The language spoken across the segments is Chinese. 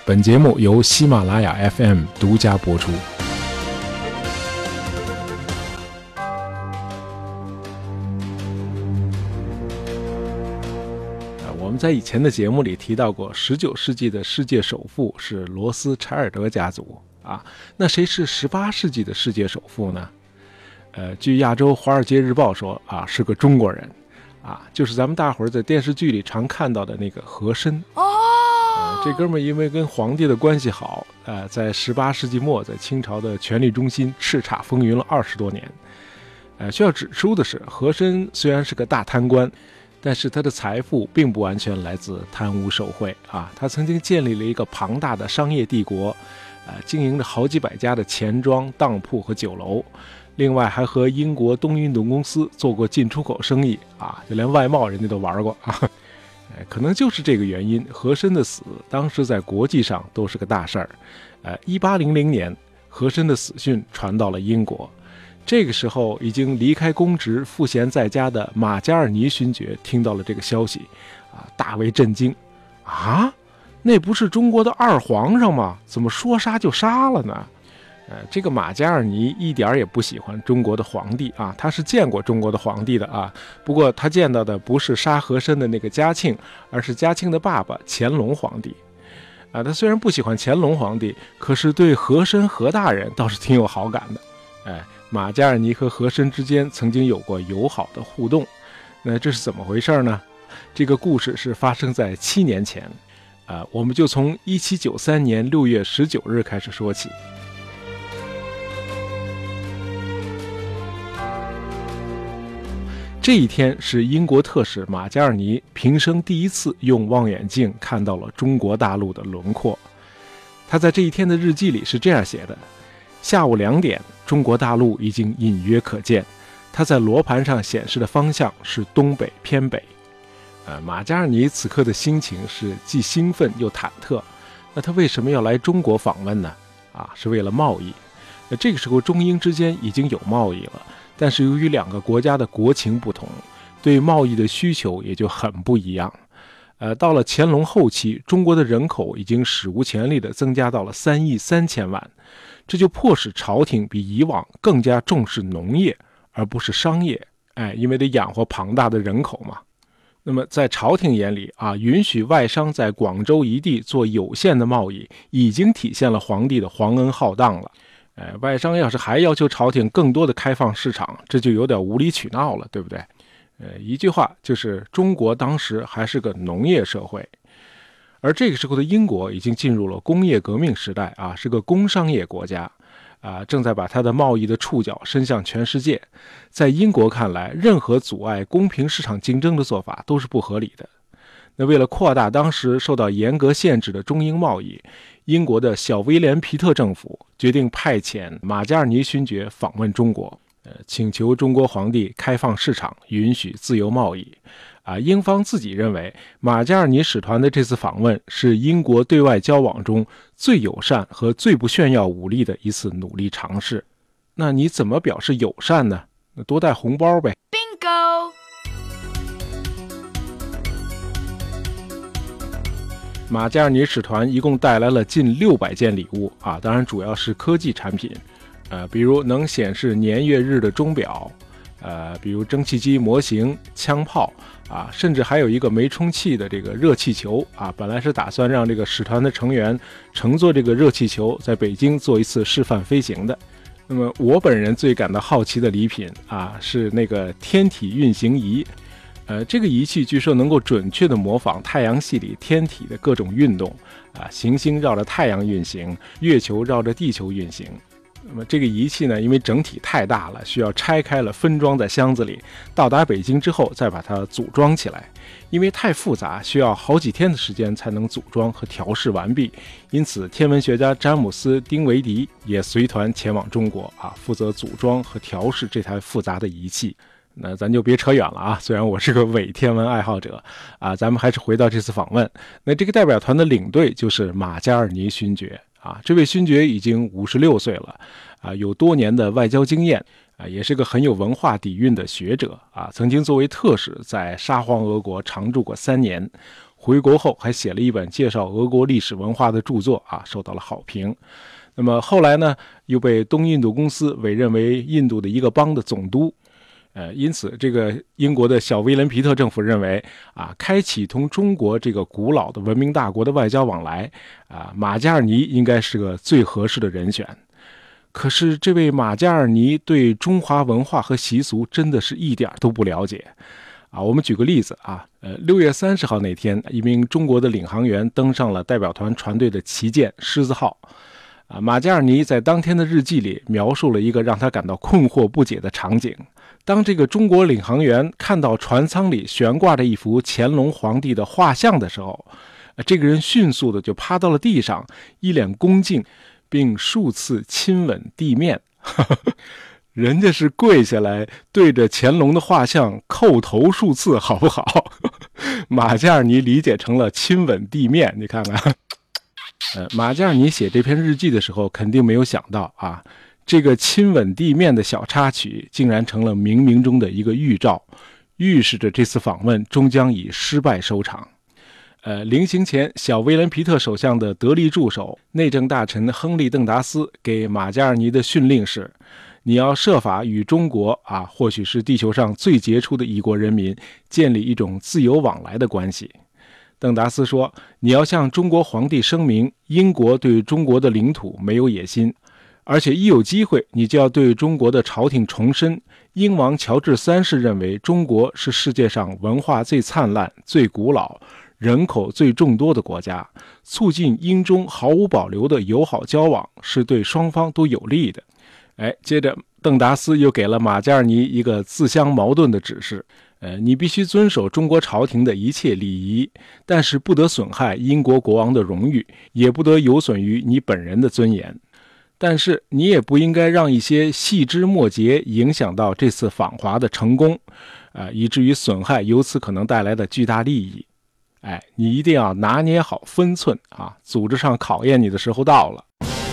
本节目由喜马拉雅 FM 独家播出。我们在以前的节目里提到过，19世纪的世界首富是罗斯柴尔德家族啊。那谁是18世纪的世界首富呢？据亚洲华尔街日报说啊，是个中国人啊，就是咱们大伙儿在电视剧里常看到的那个和珅。这哥们儿因为跟皇帝的关系好，在18世纪末在清朝的权力中心叱咤风云了20多年。需要指出的是，和珅虽然是个大贪官，但是他的财富并不完全来自贪污受贿啊。他曾经建立了一个庞大的商业帝国，经营着好几百家的钱庄、当铺和酒楼。另外还和英国东印度公司做过进出口生意啊，就连外贸人家都玩过啊。可能就是这个原因，和珅的死当时在国际上都是个大事儿。1800年，和珅的死讯传到了英国。这个时候，已经离开公职、赋闲在家的马加尔尼勋爵听到了这个消息，大为震惊。啊，那不是中国的二皇上吗？怎么说杀就杀了呢？这个马加尔尼一点也不喜欢中国的皇帝啊，他是见过中国的皇帝的啊，不过他见到的不是杀和珅的那个嘉庆，而是嘉庆的爸爸乾隆皇帝。他虽然不喜欢乾隆皇帝，可是对和珅和大人倒是挺有好感的。马加尔尼和和珅之间曾经有过友好的互动，那这是怎么回事呢？这个故事是发生在7年前，我们就从1793年6月19日开始说起。这一天是英国特使马加尔尼平生第一次用望远镜看到了中国大陆的轮廓。他在这一天的日记里是这样写的：下午2点，中国大陆已经隐约可见，他在罗盘上显示的方向是东北偏北。马加尔尼此刻的心情是既兴奋又忐忑。那他为什么要来中国访问呢？是为了贸易。这个时候中英之间已经有贸易了，但是由于2个国家的国情不同，对贸易的需求也就很不一样。到了乾隆后期，中国的人口已经史无前例地增加到了3亿3千万，这就迫使朝廷比以往更加重视农业而不是商业，因为得养活庞大的人口嘛。那么在朝廷眼里允许外商在广州一地做有限的贸易，已经体现了皇帝的皇恩浩荡了。外商要是还要求朝廷更多的开放市场，这就有点无理取闹了，对不对？一句话就是中国当时还是个农业社会，而这个时候的英国已经进入了工业革命时代是个工商业国家正在把它的贸易的触角伸向全世界。在英国看来，任何阻碍公平市场竞争的做法都是不合理的。那为了扩大当时受到严格限制的中英贸易，英国的小威廉皮特政府决定派遣马加尔尼勋爵访问中国，请求中国皇帝开放市场，允许自由贸易。英方自己认为马加尔尼使团的这次访问是英国对外交往中最友善和最不炫耀武力的一次努力尝试。那你怎么表示友善呢？那多带红包呗。 Bingo。 马加尔尼使团一共带来了近600件礼物当然主要是科技产品，比如能显示年月日的钟表，比如蒸汽机模型、枪炮甚至还有一个没充气的这个热气球本来是打算让这个使团的成员乘坐这个热气球在北京做一次示范飞行的。那么我本人最感到好奇的礼品是那个天体运行仪。这个仪器据说能够准确地模仿太阳系里天体的各种运动行星绕着太阳运行，月球绕着地球运行。那么这个仪器呢，因为整体太大了，需要拆开了分装在箱子里，到达北京之后再把它组装起来。因为太复杂，需要好几天的时间才能组装和调试完毕，因此天文学家詹姆斯·丁维迪也随团前往中国负责组装和调试这台复杂的仪器。那咱就别扯远了虽然我是个伪天文爱好者咱们还是回到这次访问。那这个代表团的领队就是马加尔尼勋爵这位勋爵已经56岁了有多年的外交经验也是个很有文化底蕴的学者曾经作为特使在沙皇俄国常驻过3年， 回国后还写了一本介绍俄国历史文化的著作啊，受到了好评。那么后来呢，又被东印度公司委任为印度的一个邦的总督。因此这个英国的小威廉皮特政府认为啊，开启同中国这个古老的文明大国的外交往来啊，马加尔尼应该是个最合适的人选。可是这位马加尔尼对中华文化和习俗真的是一点都不了解啊。我们举个例子啊，6月30号那天，一名中国的领航员登上了代表团船队的旗舰狮子号啊。马加尔尼在当天的日记里描述了一个让他感到困惑不解的场景。当这个中国领航员看到船舱里悬挂着一幅乾隆皇帝的画像的时候，这个人迅速的就趴到了地上，一脸恭敬，并数次亲吻地面。人家是跪下来对着乾隆的画像叩头数次，好不好？马加尔尼理解成了亲吻地面，你看看。马加尔尼写这篇日记的时候肯定没有想到啊，这个亲吻地面的小插曲竟然成了冥冥中的一个预兆，预示着这次访问终将以失败收场。临行前，小威廉皮特首相的得力助手内政大臣亨利邓达斯给马加尔尼的训令是：你要设法与中国啊，或许是地球上最杰出的一国人民建立一种自由往来的关系。邓达斯说，你要向中国皇帝声明，英国对中国的领土没有野心，而且一有机会，你就要对中国的朝廷重申，英王乔治3世认为中国是世界上文化最灿烂、最古老、人口最众多的国家，促进英中毫无保留的友好交往是对双方都有利的。接着邓达斯又给了马加尔尼一个自相矛盾的指示，你必须遵守中国朝廷的一切礼仪，但是不得损害英国国王的荣誉，也不得有损于你本人的尊严。但是你也不应该让一些细枝末节影响到这次访华的成功，以至于损害由此可能带来的巨大利益。你一定要拿捏好分寸啊！组织上考验你的时候到了。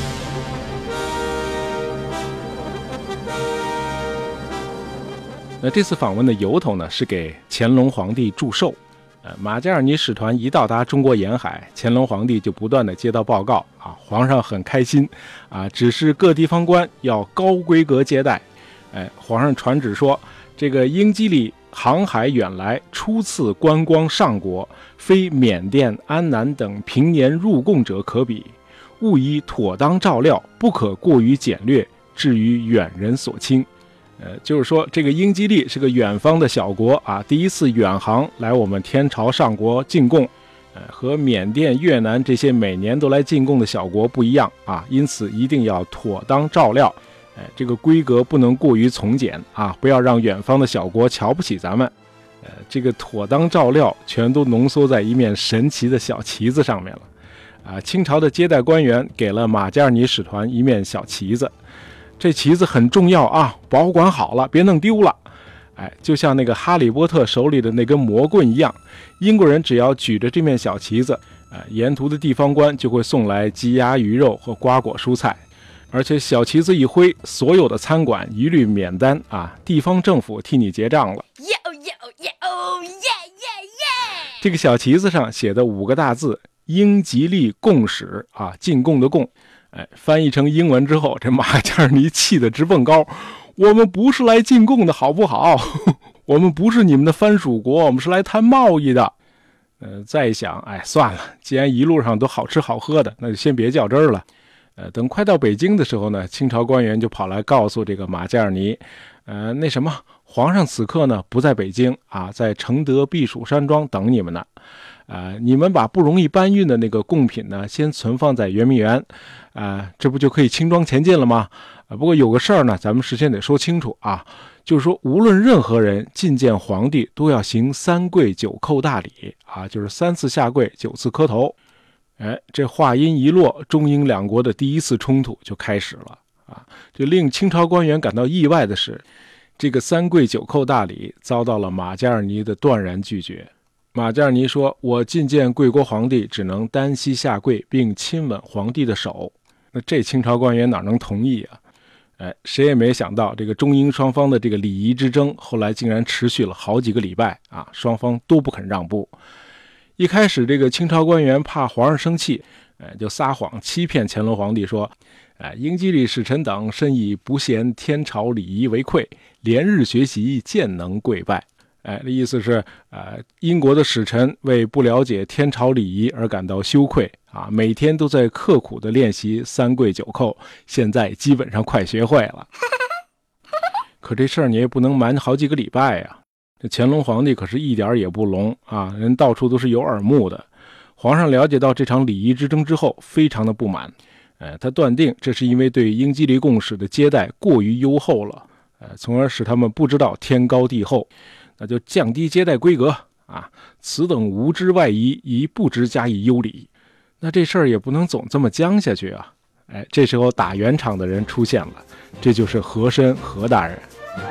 那这次访问的由头呢，是给乾隆皇帝祝寿。马加尔尼使团一到达中国沿海，乾隆皇帝就不断的接到报告啊，皇上很开心啊，指示各地方官要高规格接待。皇上传旨说，这个英吉利航海远来，初次观光上国，非缅甸、安南等平年入贡者可比，务以妥当照料，不可过于简略，至于远人所轻。就是说这个英吉利是个远方的小国啊，第一次远航来我们天朝上国进贡，和缅甸、越南这些每年都来进贡的小国不一样啊，因此一定要妥当照料，这个规格不能过于从简啊，不要让远方的小国瞧不起咱们。这个妥当照料全都浓缩在一面神奇的小旗子上面了啊！清朝的接待官员给了马加尔尼使团一面小旗子。这旗子很重要啊，保管好了，别弄丢了。就像那个哈利波特手里的那根魔棍一样，英国人只要举着这面小旗子，沿途的地方官就会送来鸡鸭鱼肉和瓜果蔬菜，而且小旗子一挥，所有的餐馆一律免单啊，地方政府替你结账了。这个小旗子上写的5个大字：英吉利贡使啊，进贡的贡。翻译成英文之后，这马加尔尼气得直蹦高，我们不是来进贡的好不好？我们不是你们的藩属国，我们是来谈贸易的。再一想，算了，既然一路上都好吃好喝的，那就先别较真儿了。等快到北京的时候呢，清朝官员就跑来告诉这个马加尔尼，那什么，皇上此刻呢不在北京啊，在承德避暑山庄等你们呢。你们把不容易搬运的那个贡品呢，先存放在圆明园，这不就可以轻装前进了吗？不过有个事儿呢，咱们事先得说清楚啊，就是说无论任何人觐见皇帝，都要行3跪9叩大礼啊，就是3次下跪9次磕头。这话音一落，中英两国的第一次冲突就开始了啊！这令清朝官员感到意外的是，这个3跪9叩大礼遭到了马加尔尼的断然拒绝。马加尔尼说，我觐见贵国皇帝只能单膝下跪并亲吻皇帝的手。那这清朝官员哪能同意啊？谁也没想到这个中英双方的这个礼仪之争后来竟然持续了好几个礼拜啊，双方都不肯让步。 一开始这个清朝官员怕皇上生气，就撒谎欺骗乾隆皇帝说，英吉利使臣等深以不贤天朝礼仪为愧，连日学习，渐能跪拜。的意思是，英国的使臣为不了解天朝礼仪而感到羞愧啊，每天都在刻苦的练习三跪九叩，现在基本上快学会了。可这事儿你也不能瞒好几个礼拜呀。这乾隆皇帝可是一点也不聋啊，人到处都是有耳目的。皇上了解到这场礼仪之争之后，非常的不满，他断定这是因为对英吉利贡使的接待过于优厚了，从而使他们不知道天高地厚。那就降低接待规格啊！此等无知外夷，宜不知加以优礼。那这事儿也不能总这么僵下去啊！这时候打圆场的人出现了，这就是和珅何大人。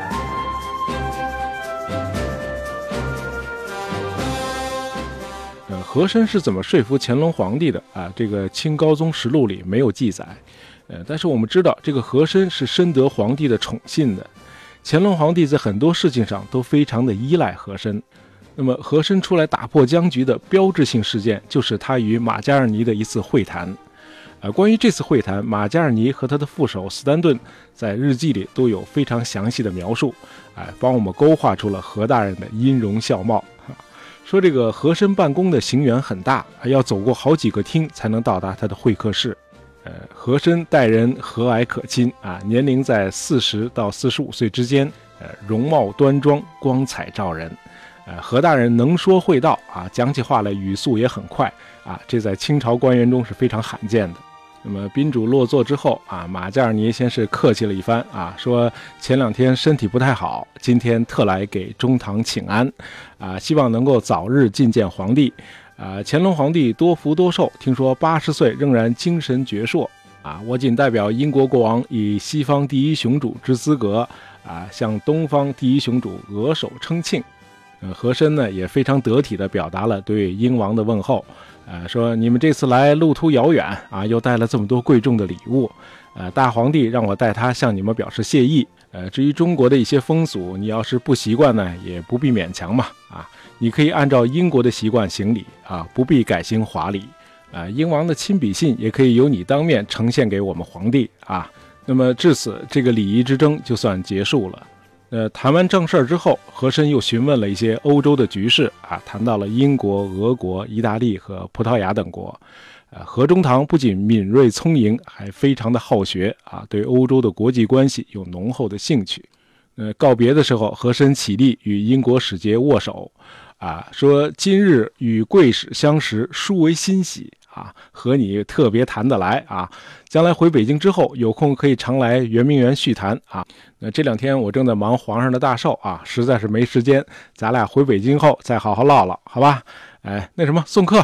和珅是怎么说服乾隆皇帝的啊？这个《清高宗实录》里没有记载，但是我们知道这个和珅是深得皇帝的宠信的。乾隆皇帝在很多事情上都非常的依赖和珅。那么和珅出来打破僵局的标志性事件，就是他与马加尔尼的一次会谈。关于这次会谈，马加尔尼和他的副手斯丹顿在日记里都有非常详细的描述，帮我们勾画出了何大人的音容笑貌。说这个和珅办公的行辕很大，要走过好几个厅才能到达他的会客室。和珅待人和蔼可亲啊，年龄在40到45岁之间，容貌端庄，光彩照人。何大人能说会道啊，讲起话来语速也很快啊，这在清朝官员中是非常罕见的。那么宾主落座之后啊，马加尔尼先是客气了一番啊，说前2天身体不太好，今天特来给中堂请安啊，希望能够早日觐见皇帝。乾隆皇帝多福多寿，听说80岁仍然精神矍铄啊！我仅代表英国国王以西方第一雄主之资格向东方第一雄主额手称庆。和珅呢也非常得体地表达了对英王的问候，说你们这次来路途遥远啊，又带了这么多贵重的礼物，大皇帝让我代他向你们表示谢意。至于中国的一些风俗，你要是不习惯呢，也不必勉强嘛啊。你可以按照英国的习惯行礼啊，不必改行华礼。英王的亲笔信也可以由你当面呈现给我们皇帝啊。那么至此，这个礼仪之争就算结束了。谈完正事之后，和珅又询问了一些欧洲的局势啊，谈到了英国、俄国、意大利和葡萄牙等国。何中堂不仅敏锐聪颖，还非常的好学啊，对欧洲的国际关系有浓厚的兴趣。告别的时候，和珅起立与英国使节握手。说今日与贵使相识，殊为欣喜啊，和你特别谈得来啊，将来回北京之后，有空可以常来圆明园叙谈啊。那这2天我正在忙皇上的大寿啊，实在是没时间，咱俩回北京后再好好唠唠，好吧？那什么，送客。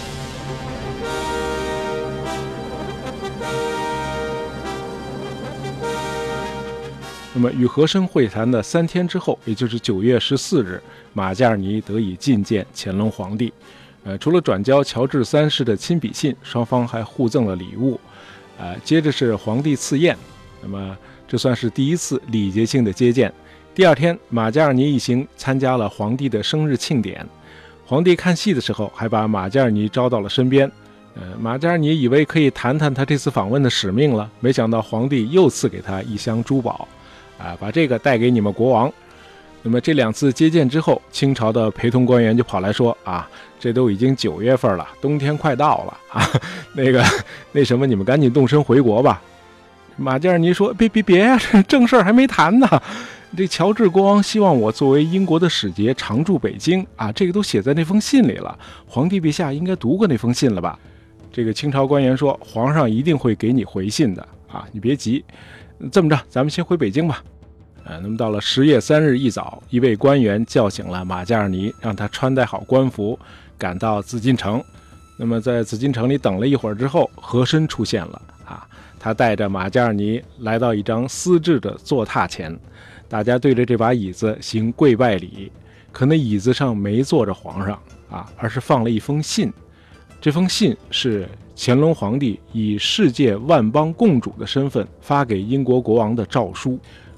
那么与和珅会谈的3天之后，也就是9月14日，马加尔尼得以觐见乾隆皇帝。除了转交乔治3世的亲笔信，双方还互赠了礼物。接着是皇帝赐宴，那么这算是第一次礼节性的接见。第2天，马加尔尼一行参加了皇帝的生日庆典。皇帝看戏的时候，还把马加尔尼招到了身边。马加尔尼以为可以谈谈他这次访问的使命了，没想到皇帝又赐给他1箱珠宝。把这个带给你们国王。那么这2次接见之后，清朝的陪同官员就跑来说这都已经9月份了，冬天快到了啊，那什么，你们赶紧动身回国吧。马加尔尼说别呀，正事儿还没谈呢。这乔治国王希望我作为英国的使节常驻北京啊，这个都写在那封信里了，皇帝陛下应该读过那封信了吧？这个清朝官员说，皇上一定会给你回信的啊，你别急。这么着，咱们先回北京吧。那么到了10月3日一早，一位官员叫醒了马加尔尼，让他穿戴好官服，赶到紫禁城。那么在紫禁城里等了一会儿之后，和珅出现了他带着马加尔尼来到一张丝质的坐榻前，大家对着这把椅子行跪拜礼。可那椅子上没坐着皇上而是放了一封信。这封信是乾隆皇帝以世界万邦共主的身份发给英国国王的诏书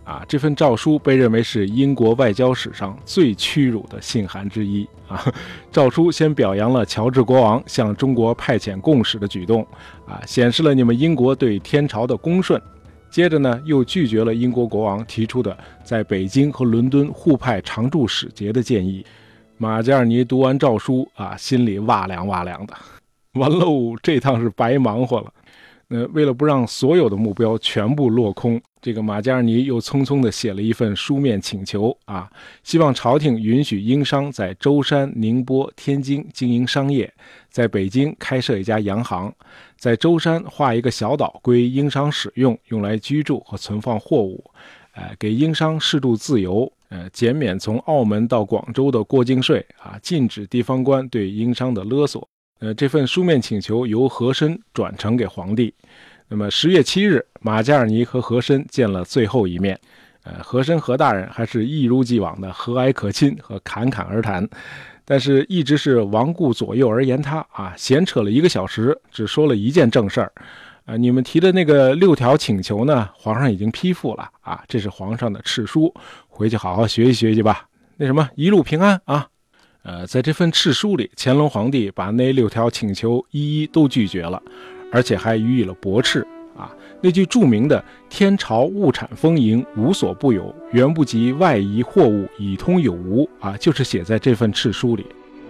这份诏书被认为是英国外交史上最屈辱的信函之一诏书先表扬了乔治国王向中国派遣贡使的举动显示了你们英国对天朝的恭顺。接着呢，又拒绝了英国国王提出的在北京和伦敦互派常驻使节的建议。马加尔尼读完诏书心里哇凉哇凉的，完喽，这趟是白忙活了。为了不让所有的目标全部落空，这个马加尔尼又匆匆地写了一份书面请求希望朝廷允许英商在舟山、宁波、天津经营商业，在北京开设一家洋行，在舟山划一个小岛归英商使用，用来居住和存放货物，给英商适度自由，减免从澳门到广州的过境税禁止地方官对英商的勒索。这份书面请求由和珅转呈给皇帝。那么10月7日，马加尔尼和和珅见了最后一面。和珅何大人还是一如既往的和蔼可亲和侃侃而谈，但是一直是罔顾左右而言他闲扯了1个小时，只说了一件正事儿。你们提的那个6条请求呢，皇上已经批复了这是皇上的敕书，回去好好学习学习吧。那什么，一路平安在这份敕书里，乾隆皇帝把那6条请求一一都拒绝了，而且还予以了驳斥那句著名的天朝物产丰盈，无所不有，原不及外夷货物以通有无就是写在这份敕书里。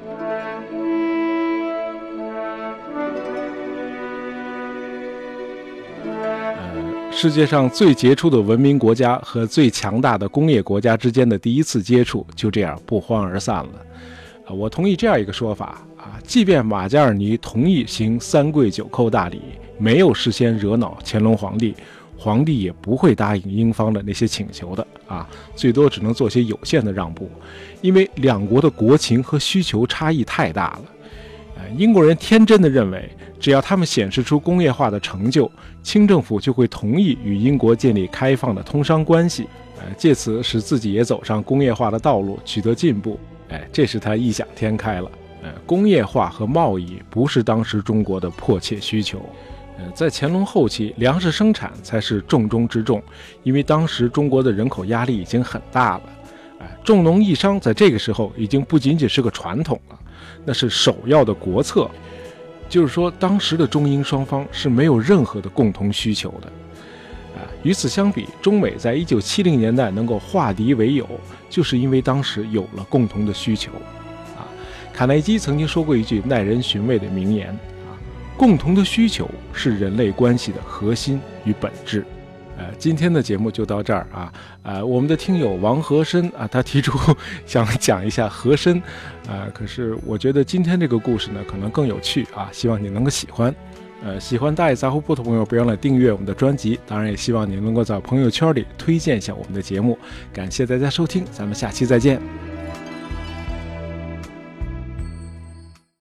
世界上最杰出的文明国家和最强大的工业国家之间的第一次接触就这样不欢而散了。我同意这样一个说法即便马加尔尼同意行3跪9叩大礼，没有事先惹恼乾隆皇帝，皇帝也不会答应英方的那些请求的最多只能做些有限的让步，因为两国的国情和需求差异太大了。英国人天真地认为，只要他们显示出工业化的成就，清政府就会同意与英国建立开放的通商关系，借此使自己也走上工业化的道路，取得进步。这是他异想天开了。工业化和贸易不是当时中国的迫切需求。在乾隆后期，粮食生产才是重中之重，因为当时中国的人口压力已经很大了。重农抑商在这个时候已经不仅仅是个传统了，那是首要的国策。就是说，当时的中英双方是没有任何的共同需求的。与此相比，中美在1970年代能够化敌为友，就是因为当时有了共同的需求。卡耐基曾经说过一句耐人寻味的名言共同的需求是人类关系的核心与本质。今天的节目就到这儿我们的听友王和珅他提出想讲一下和珅可是我觉得今天这个故事呢可能更有趣希望你能够喜欢。喜欢大爷杂货铺的朋友，别忘了订阅我们的专辑，当然也希望你能够在朋友圈里推荐一下我们的节目。感谢大家收听，咱们下期再见。